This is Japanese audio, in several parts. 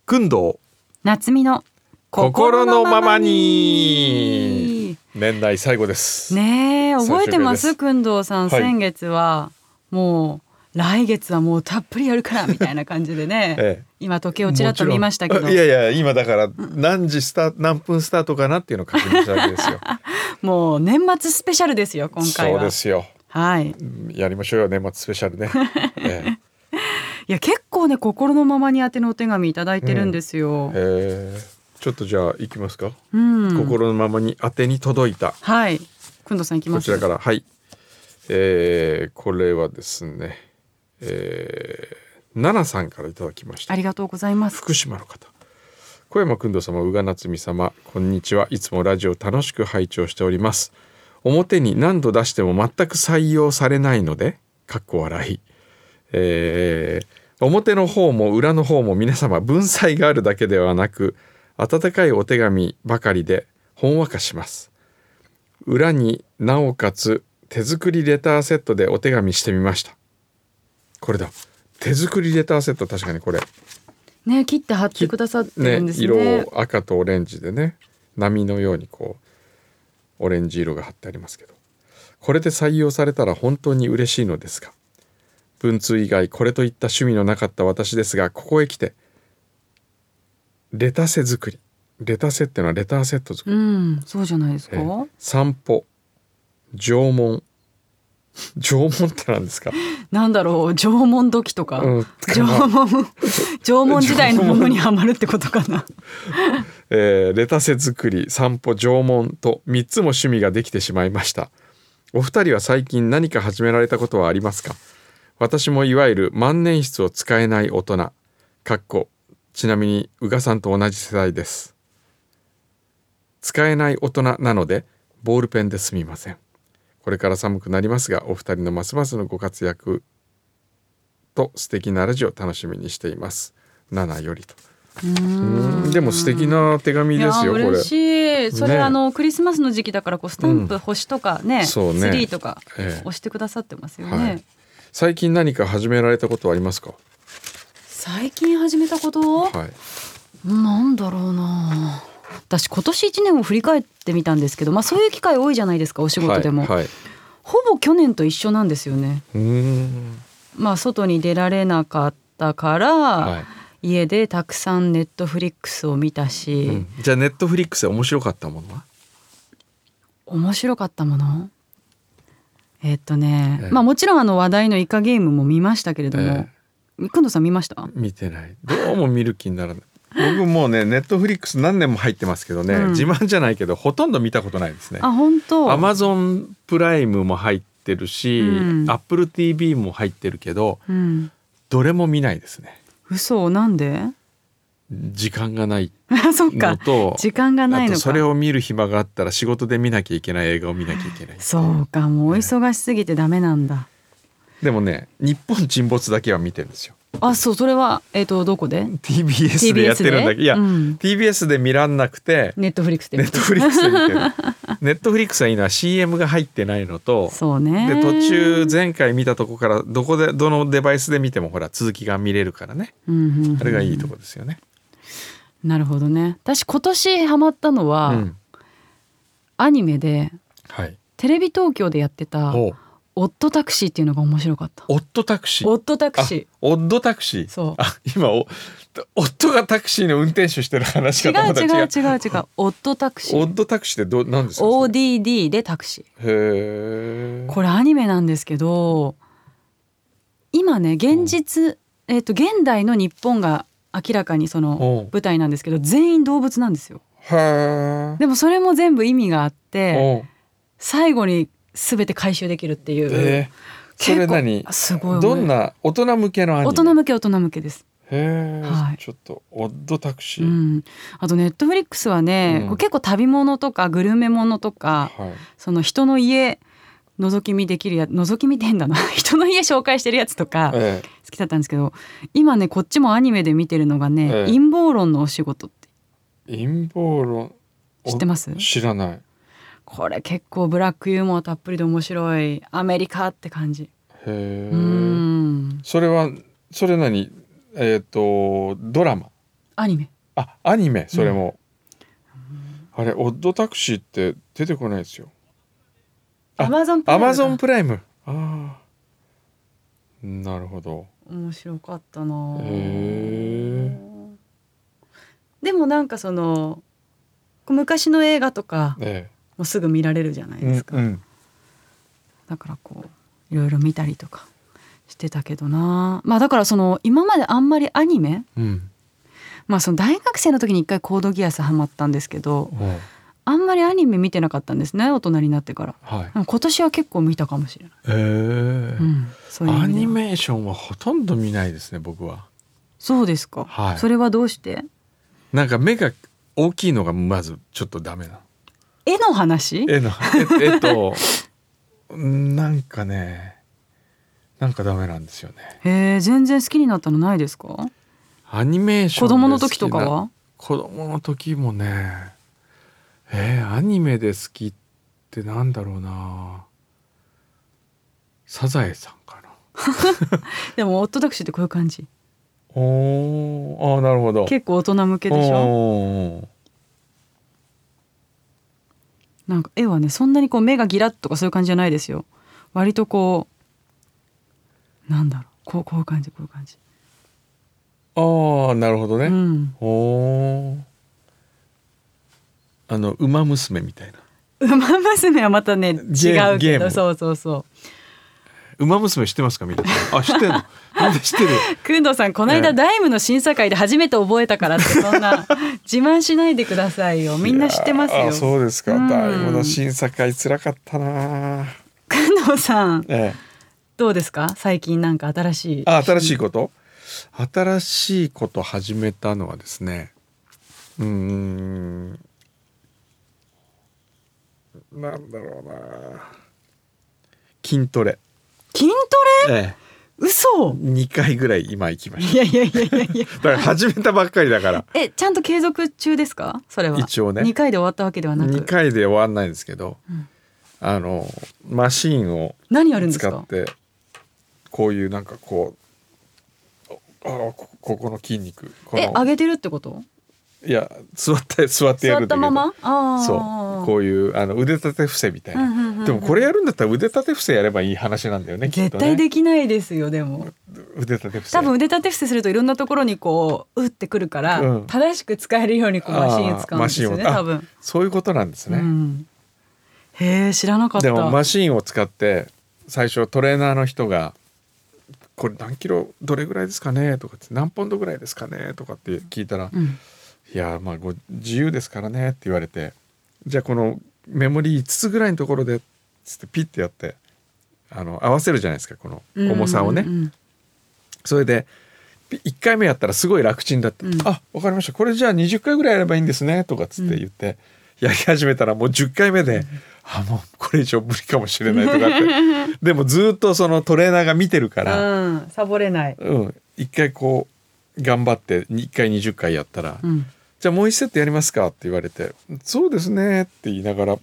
工藤夏美の心のままに。年内最後ですね。覚えてます最工藤さん、 はい先月はもう来月はもうたっぷりやるからみたいな感じでね、 ええ、 今時計をちらっと見ましたけど、 いやいや今だから何分スタートかなっていうのを確認したわけですよもう年末スペシャルですよ今回は。 そうですよ、 はい。 やりましょうよ年末スペシャルね、 いや結構ね心のままに宛てのお手紙いただいてるんですよ。 ちょっとじゃあ行きますか、心のままに宛てに届いた、 はい工藤さん行きます。 こちらからはい、これはですね、奈々さんからいただきました。 ありがとうございます。 福島の方。小山工藤様、宇賀夏美様、こんにちは。いつもラジオ楽しく拝聴しております。表に何度出しても全く採用されないのでかっこ笑い、表の方も裏の方も皆様文才があるだけではなく温かいお手紙ばかりでほんわかします。裏になおかつ手作りレターセットでお手紙してみました。これだ、手作りレターセット、確かにこれね、切って貼ってくださってるんですね。 色赤とオレンジでね、波のようにこうオレンジ色が貼ってありますけど、これで採用されたら本当に嬉しいのですが、文通以外これといった趣味のなかった私ですが、ここへ来てレタセ作り、レタセってのはレターセット作り、 そうじゃないですか。 散歩、縄文縄文って何ですか。 なんだろう、縄文土器とか、縄文時代のものにはまるってことかなレタセ作り、散歩、縄文と3つも趣味ができてしまいました。お二人は最近何か始められたことはありますか。私もいわゆる万年筆を使えない大人ちなみに宇賀さんと同じ世代です。使えない大人なのでボールペンですみません。これから寒くなりますが、お二人のますますのご活躍と素敵なラジオ楽しみにしています。7よりと。でも素敵な手紙ですよ。これ嬉しい。それ、ね、クリスマスの時期だからこうスタンプ、星とかね、ツリーとか押してくださってますよね、はい。 最近何か始められたことはありますか。 最近始めたこと、なんだろうな。私今年1年を振り返ってみたんですけど、そういう機会多いじゃないですか、お仕事でも、ほぼ去年と一緒なんですよね。外に出られなかったから、家でたくさんネットフリックスを見たし、 じゃあネットフリックスで面白かったものは。 面白かったもの、もちろん話題のイカゲームも見ましたけれども、工藤さん見ました？ 見てない。どうも見る気にならない僕もうね、ネットフリックス何年も入ってますけどね、自慢じゃないけどほとんど見たことないですね。 本当。 アマゾンプライムも入ってるし、アップル TV も入ってるけど、どれも見ないですね。 嘘、なんで？ 時間がないそっか、時間がないのか。 あとそれを見る暇があったら仕事で見なきゃいけない映画を見なきゃいけない。 そうか、もうお忙しすぎてダメなんだ。 でもね、日本沈没だけは見てるんですよ。 そう、それはどこで？ TBS でやってるんだけど、いや、TBS で見らんなくてネットフリックスで見てる。 ネットフリックスはいいのは CM が入ってないのと、 そうね、 で途中前回見たとこからどのデバイスで見てもほら続きが見れるからね、あれがいいとこですよね。 なるほどね。私今年ハマったのは、アニメで、テレビ東京でやってたオッドタクシーっていうのが面白かった。 オッドタクシー。 オッドタクシー。 オッドタクシー。 そう。 今夫がタクシーの運転手してる話かと思った。 違う。オッドタクシー。 オッドタクシーって何ですか。 ODD でタクシー。これアニメなんですけど、今ね現実、現代の日本が明らかにその舞台なんですけど、全員動物なんですよ。でもそれも全部意味があって、最後に全て回収できるっていう、 それ何すごい。 どんな大人向けのアニメ？大人向けです。 ちょっとオッドタクシー、 あとネットフリックスはね、結構旅物とかグルメ物とか、その人の家覗き見できる覗き見てんだな人の家紹介してるやつとか好きだったんですけど、今ねこっちもアニメで見てるのがね、陰謀論のお仕事って。 陰謀論知ってます？ 知らない。 これ結構ブラックユーモアたっぷりで面白い、アメリカって感じ。 それ何ドラマ？ アニメ。 アニメそれも、あれオッドタクシーって出てこないですよ。 アマゾンプライム。ああ、なるほど。 面白かったな。でもなんかその昔の映画とかもすぐ見られるじゃないですか、だからこういろいろ見たりとかしてたけどな。まあだからその今まであんまりアニメ、まあその大学生の時に一回コードギアスハマったんですけど、あんまりアニメ見てなかったんですね、大人になってから、今年は結構見たかもしれない。 そういうアニメーションはほとんど見ないですね、僕は。 そうですか、それはどうして？ なんか目が大きいのがまずちょっとダメな。 絵の話？ なんかね、なんかダメなんですよね。 へえ、全然好きになったのないですか？ アニメーション子供の時とかは？ 子供の時もね、アニメで好きってなんだろうな。サザエさんかな。 でもオットタクシーってこういう感じ。 なるほど。 結構大人向けでしょ。なんか絵はね、そんなにこう目がギラッとかそういう感じじゃないですよ。割とこうなんだろう、こういう感じ、こういう感じ。 なるほどね。ウマ娘みたいな。 ウマ娘はまたね違うけど、そうウマ娘知ってますか、皆さん？知ってるの？なんで知ってる？ 工藤さん、この間ダイムの審査会で初めて覚えたからって、そんな自慢しないでくださいよ。みんな知ってますよ。 そうですか。ダイムの審査会つらかったな。 工藤さん、どうですか？最近なんか新しいこと始めたのはですね、なんだろうな、筋トレ。 嘘。 2回ぐらい今行きました。いやだから始めたばっかりだから。 ちゃんと継続中ですか？それは一応ね、 2回で終わったわけではなく。 2回で終わんないんですけど、マシーンを使ってこういうなんかこうここの筋肉上げてるってこと？ いや、座ってやるんだけど。座ったまま？そう、こういう腕立て伏せみたいな、でもこれやるんだったら腕立て伏せやればいい話なんだよね、きっとね。 絶対できないですよ。でも腕立て伏せ、 多分腕立て伏せするといろんなところにこう打ってくるから、正しく使えるようにこうマシンを使うんですよね、多分。 そういうことなんですね。 へえ、知らなかった。 でもマシンを使って最初トレーナーの人がこれ何キロどれぐらいですかねとか何ポンドぐらいですかねとかって聞いたら、いやまあ自由ですからねって言われて、じゃあこのメモリー5つぐらいのところでつってピッてやって合わせるじゃないですか、この重さをね、それで1回目やったらすごい楽ちんだった、わかりました、これじゃあ20回ぐらいやればいいんですねとかつって言って、やり始めたらもう10回目で、もうこれ以上無理かもしれないとかってでもずっとそのトレーナーが見てるから、 サボれない。 一回こう頑張って1回20回やったら、じゃあもう1セットやりますかって言われて、そうですねって言いながら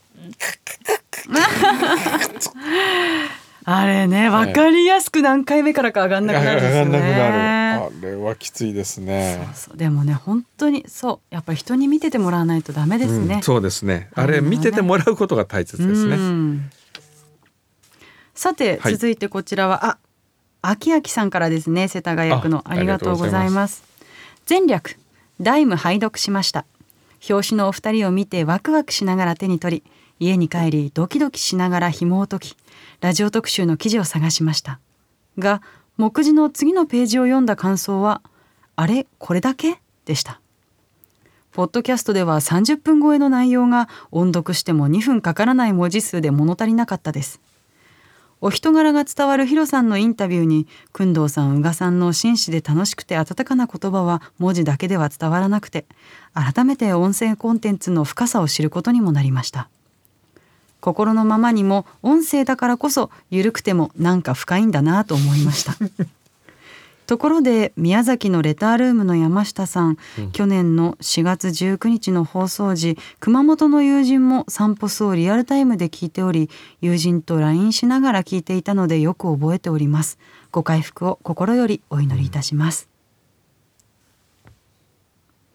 あれね、分かりやすく何回目からか上がんなくなるんですよね。 あれはきついですね。 でもね、本当にやっぱり人に見ててもらわないとダメですね。 そうですね、あれ見ててもらうことが大切ですね。 さて、続いてこちらは秋秋さんからですね、世田谷区の。ありがとうございます。前略ダイム拝読しました。表紙のお二人を見てワクワクしながら手に取り、家に帰りドキドキしながら紐を解き、ラジオ特集の記事を探しましたが、目次の次のページを読んだ感想は、あれこれだけでした。ポッドキャストでは30分超えの内容が音読しても2分かからない文字数で物足りなかったです。お人柄が伝わるヒロさんのインタビューに、工藤さん、宇賀さんの真摯で楽しくて温かな言葉は文字だけでは伝わらなくて、改めて音声コンテンツの深さを知ることにもなりました。心のままにも音声だからこそ緩くてもなんか深いんだなと思いましたところで、宮崎のレタールームの山下さん、去年の4月19日の放送時、熊本の友人も散歩数をリアルタイムで聞いており、友人と LINE しながら聞いていたのでよく覚えております。ご回復を心よりお祈りいたします。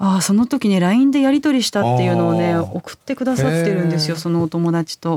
その時ね LINE でやり取りしたっていうのをね送ってくださってるんですよ、そのお友達と。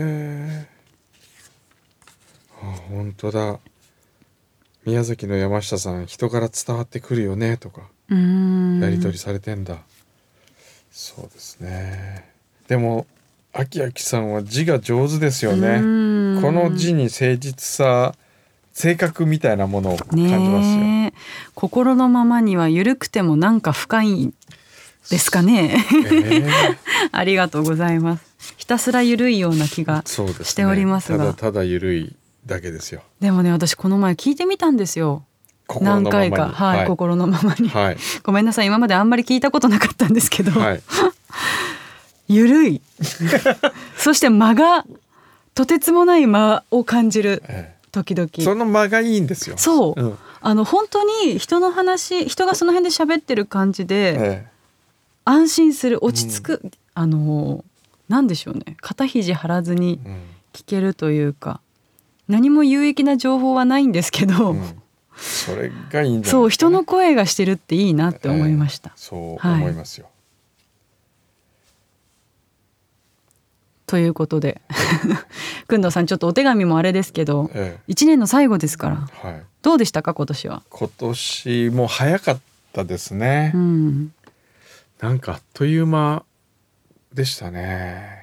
本当だ。宮崎の山下さん、人から伝わってくるよねとかやり取りされてんだ。そうですね。でも秋秋さんは字が上手ですよね。この字に誠実さ、性格みたいなものを感じますよ、ね、 心のままには緩くてもなんか深いですかね、ありがとうございます。ひたすら緩いような気がしておりますが、 ただただ緩いだけですよ。 でもね、私この前聞いてみたんですよ、何回か、はい、心のままに、はい、ごめんなさい、今まであんまり聞いたことなかったんですけど、はい、緩いそして間がとてつもない間を感じる、時々 その間がいいんですよ。 そう、本当に人の話、人がその辺で喋ってる感じで、安心する、落ち着く、なんでしょうね、肩肘張らずに聞けるというか、何も有益な情報はないんですけど、 それがいいんじゃないですかね。 そう、人の声がしてるっていいなって思いました、 そう思いますよ、はい、 ということで工藤さん、ちょっとお手紙もあれですけど、1年の最後ですから、はい、どうでしたか今年は。 今年も早かったですね、なんかあっという間でしたね。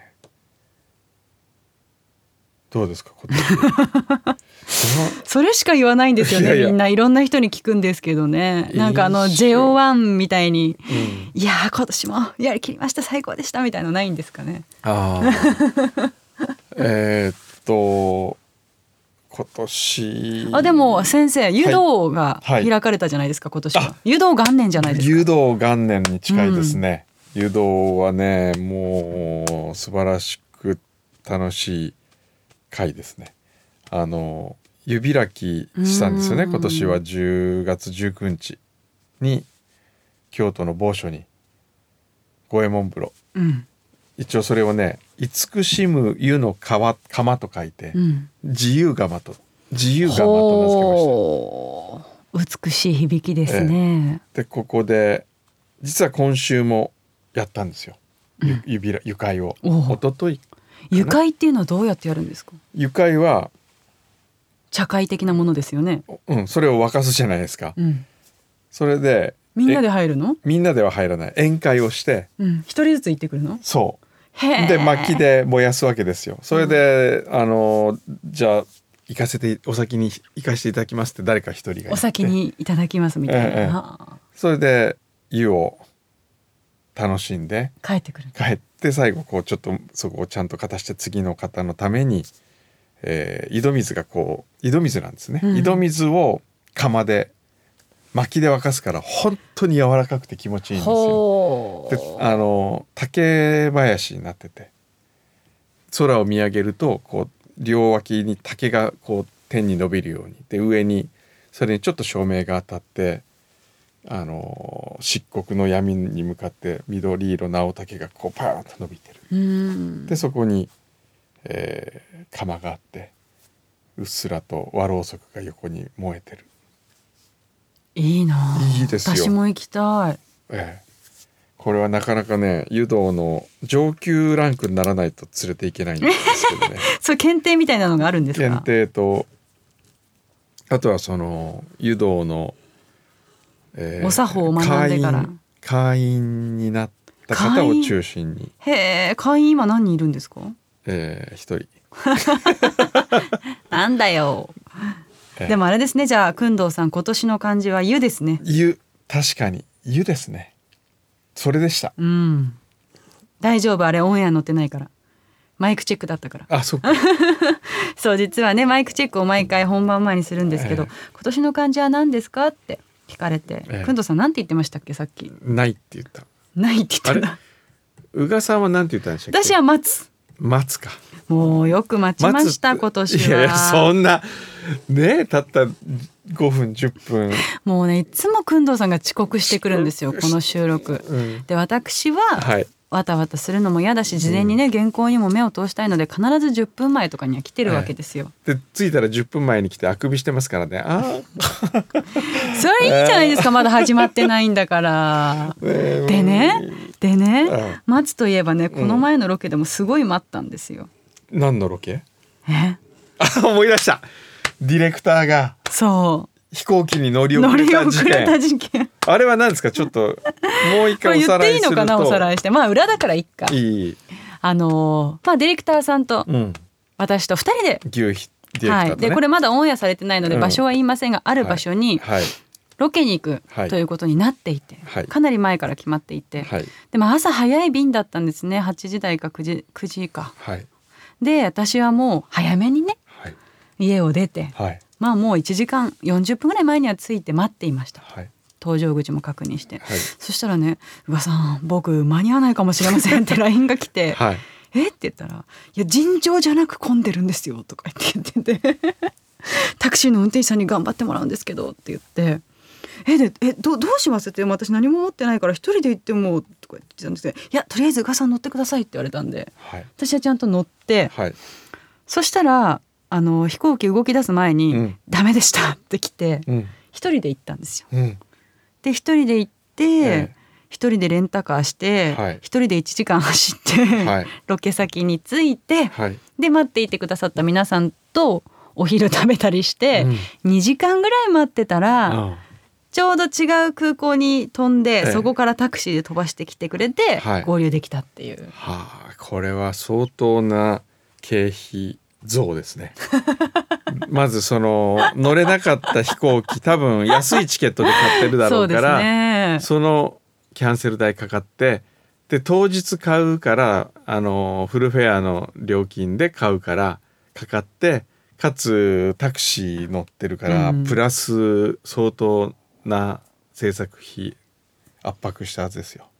どうですか今年それしか言わないんですよね。みんないろんな人に聞くんですけどね、なんかJO1 みたいに、いや今年もやりきりました、最高でしたみたいなのないんですかね。 今年でも先生、湯道が開かれたじゃないですか、今年は。湯道元年じゃないですか。 湯道元年に近いですね、湯道はね、もう素晴らしく楽しい会ですね。湯開きしたんですよね。今年は10月19日に京都の某所に五右衛門風呂、一応それをね、慈しむ湯の釜と書いて、自由釜と名付けました。美しい響きですね、 でここで実は今週もやったんですよ、湯会を。一昨日湯会っていうのはどうやってやるんですか。 湯会は茶会的なものですよね。 それを沸かすじゃないですか、それでみんなで入るの。 みんなでは入らない、宴会をして、 一人ずつ行ってくるの。 そうで薪で燃やすわけですよ。それで、じゃあお先に行かせていただきますって誰か一人が言って、 お先にいただきますみたいな、 それで湯を楽しんで帰ってくる。 帰って最後こうちょっとそこをちゃんと片して次の方のために、井戸水が井戸水なんですね、井戸水を釜で薪で沸かすから本当に柔らかくて気持ちいいんですよ。で竹林になってて、空を見上げると両脇に竹が天に伸びるようにで、上にそれにちょっと照明が当たって漆黒の闇に向かって緑色の青竹がパーンと伸びてる。でそこに、釜があってうっすらと和ろうそくが横に燃えてる。 いいな。 いいですよ。 私も行きたい。 これはなかなかね、湯道の上級ランクにならないと連れていけないんですけどねそう、検定みたいなのがあるんですか。 検定と、あとはその湯道の、 お作法を学んでから会員になった方を中心に。 会員今何人いるんですか。 1人なんだよ。でもあれですね、じゃあ工藤さん、今年の漢字は湯ですね。 湯、確かに湯ですね。それでした。 大丈夫、あれオンエア載ってないから、マイクチェックだったから。 そっかそう実はね、マイクチェックを毎回本番前にするんですけど、今年の漢字は何ですかって聞かれて、工藤さんなんて言ってましたっけ、さっき。 ないって言った。 ないって言った。 宇賀さんはなんて言ったんでしたっけ。 私は待つか。もうよく待ちました今年は。 いやそんなね、たった5分10分もうね、いつも工藤さんが遅刻してくるんですよこの収録、で私は、 わたわたするのも嫌だし、事前にね、原稿にも目を通したいので必ず10分前とかには来てるわけですよ。 で着いたら10分前に来てあくびしてますからね。 それいいじゃないですか、まだ始まってないんだからでね、待つといえばね、この前のロケでもすごい待ったんですよ。 何のロケ？思い出した。ディレクターが飛行機に乗り遅れた事件。あれは何ですか？ちょっともう一回おさらいすると。言っていいのかな、おさらいして。裏だからいっか。いい。ディレクターさんと私と2人で、ディレクターとね。でこれまだオンエアされてないので場所は言いませんが、ある場所にロケに行くということになっていて、かなり前から決まっていて、でも朝早い便だったんですね。8時台か9時か。で私はもう早めにね、家を出て、もう1時間40分ぐらい前には着いて待っていました。搭乗口も確認して、そしたらね、宇賀さん僕間に合わないかもしれませんって LINE が来て、えって言ったら、いや尋常じゃなく混んでるんですよとか言ってタクシーの運転手さんに頑張ってもらうんですけどって言って、どうしますって、私何も持ってないから一人で行ってもとか言ってたんですけど、いやとりあえず宇賀さん乗ってくださいって言われたんで、私はちゃんと乗って、そしたら飛行機動き出す前に、ダメでしたって来て、一人で行ったんですよ。で一人で行って、一人でレンタカーして、一人で1時間走って、ロケ先に着いて、で待っていてくださった皆さんとお昼食べたりして、2時間ぐらい待ってたら、ちょうど違う空港に飛んで、そこからタクシーで飛ばしてきてくれて、合流できたっていう。 これは相当な経費増ですね。まず乗れなかった飛行機、多分安いチケットで買ってるだろうから、そのキャンセル代かかって、で当日買うからフルフェアの料金で買うからかかって、かつタクシー乗ってるから、プラス相当な制作費圧迫したはずですよ。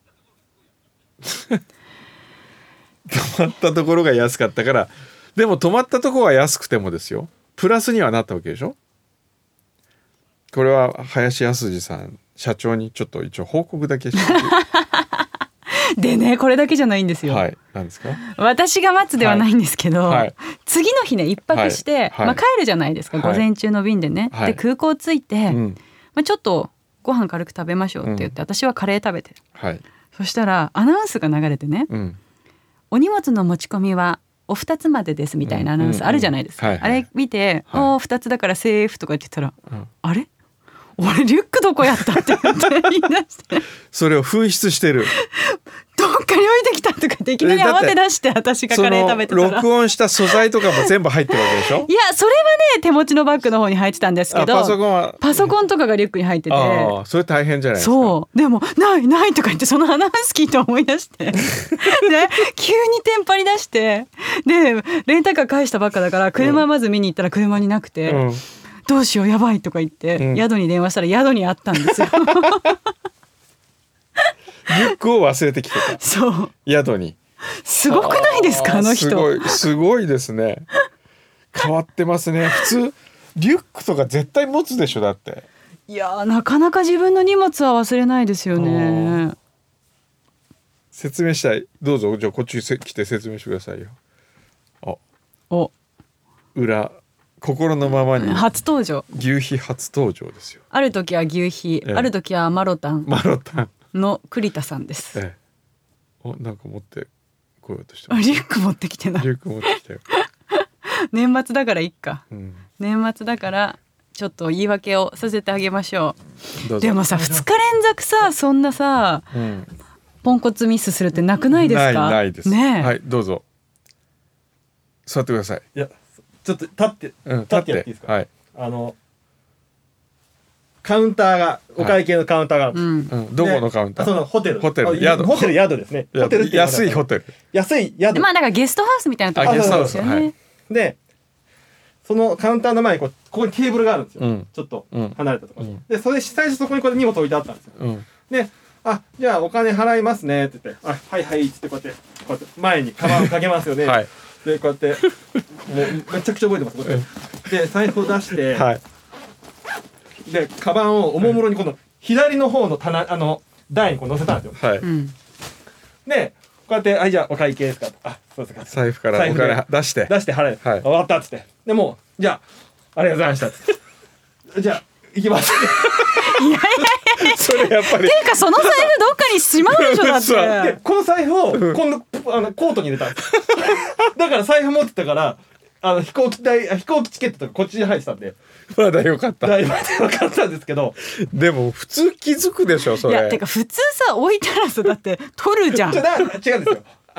泊まったところが安かったから。でも泊まったところは安くてもですよ、プラスにはなったわけでしょ。これは林康二さん社長にちょっと一応報告だけしてでね、これだけじゃないんですよ。 何ですか？私が待つではないんですけど、次の日ね一泊して、帰るじゃないですか、午前中の便でね、で空港着いて、ちょっとご飯軽く食べましょうって言って、私はカレー食べてる、そしたらアナウンスが流れてね、お荷物の持ち込みはお2つまでですみたいなアナウンスあるじゃないですか。あれ見て、お2つだからセーフとか言ってたら、あれ俺リュックどこやったって言い出してそれを紛失してる、 どっかに置いてきたとかでいきなり慌て出して、私がカレー食べてたら録音した素材とかも全部入ってるわけでしょ。 いやそれはね手持ちのバッグの方に入ってたんですけど、パソコンとかがリュックに入ってて、 それ大変じゃないですか。 そうでもないとか言って、そのアナウンス聞いて思い出してで急にテンパり出して、でレンタカー返したばっかだから車まず見に行ったら車になくて、どうしようやばいとか言って、宿に電話したら宿にあったんですよリュックを忘れてきてた。そう宿に。 すごくないですか、あの人。 すごいですね。変わってますね。普通リュックとか絶対持つでしょ、だって。 いやなかなか自分の荷物は忘れないですよね。 説明したい。どうぞ、じゃあこっち来て説明してくださいよ。裏心のままに初登場、 牛皮初登場ですよ。 ある時は牛皮、ある時はマロタンの栗田さんです。 なんか持ってこようとしてます。リュック持ってきてない。 リュック持ってきたよ年末だからいっか、年末だからちょっと言い訳をさせてあげましょう。でもさ、2日連続さそんなさ、ポンコツミスするってなくないですか？ ないですね。はい、どうぞ座ってください。 いやちょっと立ってやっていいですか？はい。カウンターが、お会計のカウンターがあるんです。 どこのカウンター？ そのホテル宿ですね。ホテルって安いホテル。 安い宿。 まあだからゲストハウスみたいなところですよね。 で、そのカウンターの前にここにテーブルがあるんですよ。ちょっと離れたところに。で、最初そこにこう荷物置いてあったんですよ。で、じゃあお金払いますねって言って、はいはいってこうやって前にカバンをかけますよね。でこうやってもうめちゃくちゃ覚えてます。で財布を出して。でカバンをおもむろにこの左の方の棚台にこう乗せたんですよ。 でこうやって「はいじゃあお会計ですか」あそうですか財布からお金出して払え、はい、終わったっつってでもうじゃあありがとうございましたっつってじゃあ行きますいやそれやっぱりていうかその財布どっかにしまうでしょだってでこの財布を今度コートに入れたんですだから財布持ってたから飛行機チケットとかこっちに入ってたんでまだよかっただいぶよかったんですけどでも普通気づくでしょそれ。 いやてか普通さ置いたらさだって取るじゃん違うんですよ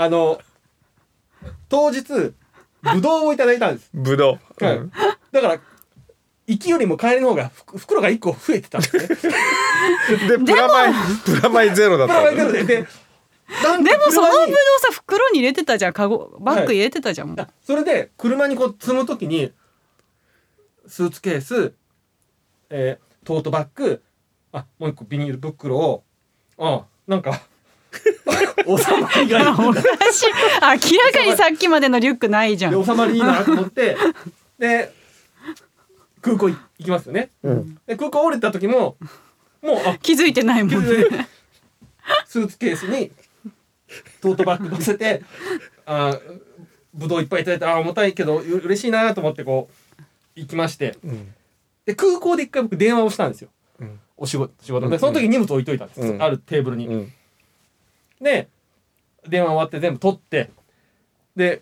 当日ブドウをいただいたんです。 ブドウ、 はいだから行きよりも帰りの方が袋が1個増えてたんですねでプラマイゼロだったプラマイゼロででもそのブドウさ袋に入れてたじゃんバッグ入れてたじゃん、 はい、それで車にこう積むときにスーツケース、トートバッグもう一個ビニール袋をなんか収まりがいいおかしい明らかにさっきまでのリュックないじゃんで収まりいいなと思ってで空港行きますよね、で空港降りた時もう気づいてないもんねスーツケースにトートバッグ乗せてぶどういっぱいいただいて重たいけど嬉しいなと思ってこう行きまして、で空港で一回僕電話をしたんですよ、仕事でその時荷物置いといたんです、あるテーブルに、で電話終わって全部取ってで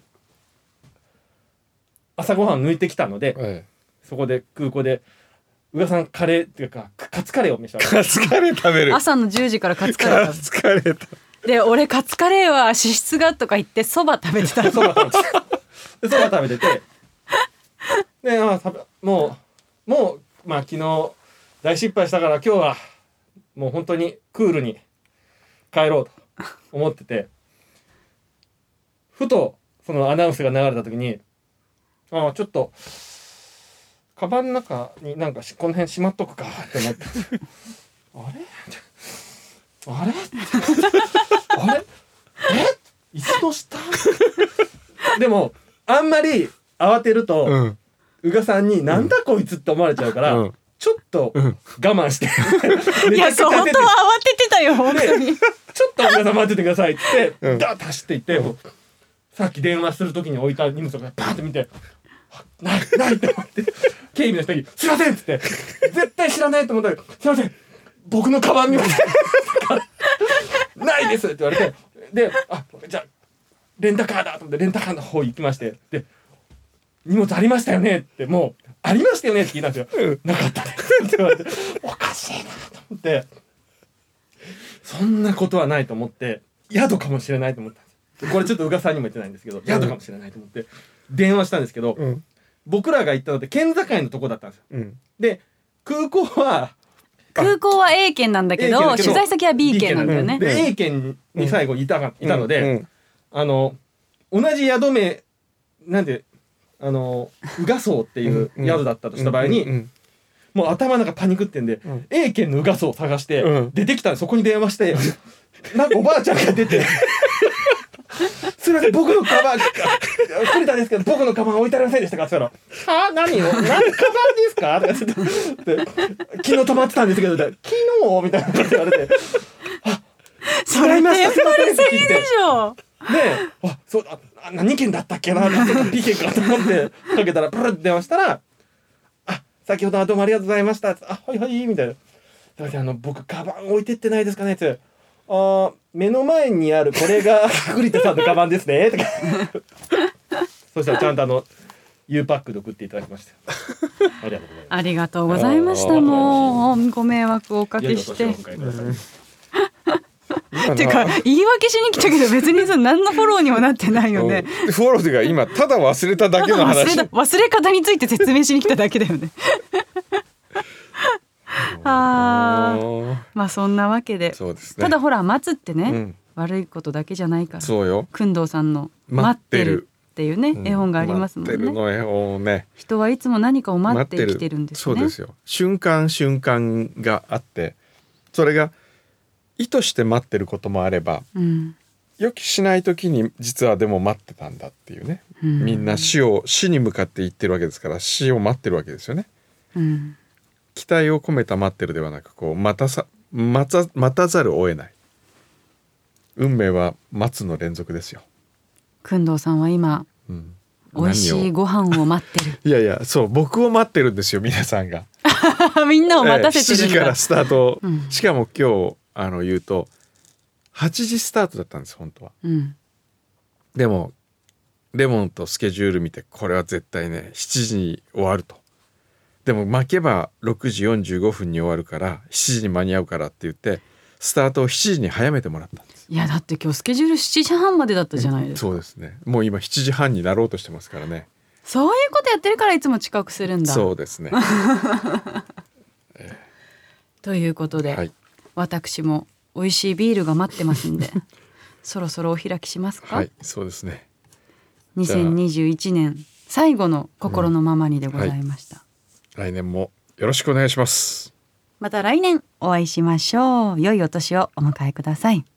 朝ごはん抜いてきたので、そこで空港で宇賀さんカレーっていうかカツカレーを召し上がる。 カツカレー食べる朝の10時からカツカレー食べるで俺カツカレーは脂質がとか言ってそば食べてたそば食べててでもうまあ昨日大失敗したから今日はもう本当にクールに帰ろうと思っててふとそのアナウンスが流れた時にちょっとカバンの中になんかこの辺しまっとくかって思ってあれ椅子の下でもあんまり慌てると、宇賀さんになんだこいつって思われちゃうから、ちょっと我慢していやそう本当は慌ててたよ本当にちょっと宇賀さん待っててくださいって言ってダーッと走っていって、さっき電話する時に置いた荷物をパーッと見てないって思って警備の人に「すいません」っつって絶対知らないと思ったら「すいません僕のカバン見ません」ないですって言われてでじゃあレンタカーだと思ってレンタカーの方行きましてで荷物ありましたよねってもうありましたよねって聞いたんですよ、なかったねって言われておかしいなと思ってそんなことはないと思って宿かもしれないと思ったんですこれちょっと宇賀さんにも言ってないんですけど宿かもしれないと思って電話したんですけど、僕らが行ったのって県境のとこだったんですよ、で空港は A 県なんだけど取材先は B 県なんだよね。 で A 県に最後いたので、同じ宿名なんで宇賀荘っていう宿だったとした場合に、もう頭の中パニクってんで、A 県の宇賀荘を探して出てきたんでそこに電話してなんかおばあちゃんが出てすいません僕のカバン栗田ですけど僕のカバン置いてありませんでしたかって言ったら「何カバンですか?」とか言って「昨日泊まってたんですけど昨日?」みたいなこと言われて「 それテンパりすぎでしょ。 でそう何件だったっけな B 件かと思ってかけたらプルッて電話したら「先ほどはどうもありがとうございました」はいはい」みたいな「すいません僕カバン置いてってないですかね」って目の前にあるこれが栗田さんのカバンですねとかそしたらちゃんとU パックで送っていただきましたありがとうございましたもうご迷惑をおかけしててか言い訳しに来たけど別に何のフォローにもなってないよねフォローが今ただ忘れただけの話忘れ方について説明しに来ただけだよねまあそんなわけで、 そうですね、 ただほら待つってね、悪いことだけじゃないからそうよ工藤さんの待ってるっていうね、絵本がありますもんね。 待ってるの絵本ね。 人はいつも何かを待って生きてるんですね。 そうですよ。瞬間瞬間があってそれが意図して待ってることもあれば、予期しない時に実はでも待ってたんだっていうね、みんな死に向かって行ってるわけですから死を待ってるわけですよね、期待を込めた待ってるではなくこう待たざるを得ない運命は待つの連続ですよ。 工藤さんは今、美味しいご飯を待ってる。 いやいや、そう僕を待ってるんですよ、皆さんが。 みんなを待たせてるんだ。 7時からスタート、しかも今日言うと8時スタートだったんです本当は、でもレモンとスケジュール見て、これは絶対ね7時に終わると。でも巻けば6時45分に終わるから7時に間に合うからって言ってスタートを7時に早めてもらったんです。 いやだって今日スケジュール7時半までだったじゃないですか。 そうですね、もう今7時半になろうとしてますからね。 そういうことやってるからいつも遅刻するんだ。 そうですねということで、私も美味しいビールが待ってますんでそろそろお開きしますか。 そうですね。 2021年最後の心のままにでございました、 来年もよろしくお願いします。 また来年お会いしましょう。良いお年をお迎えください。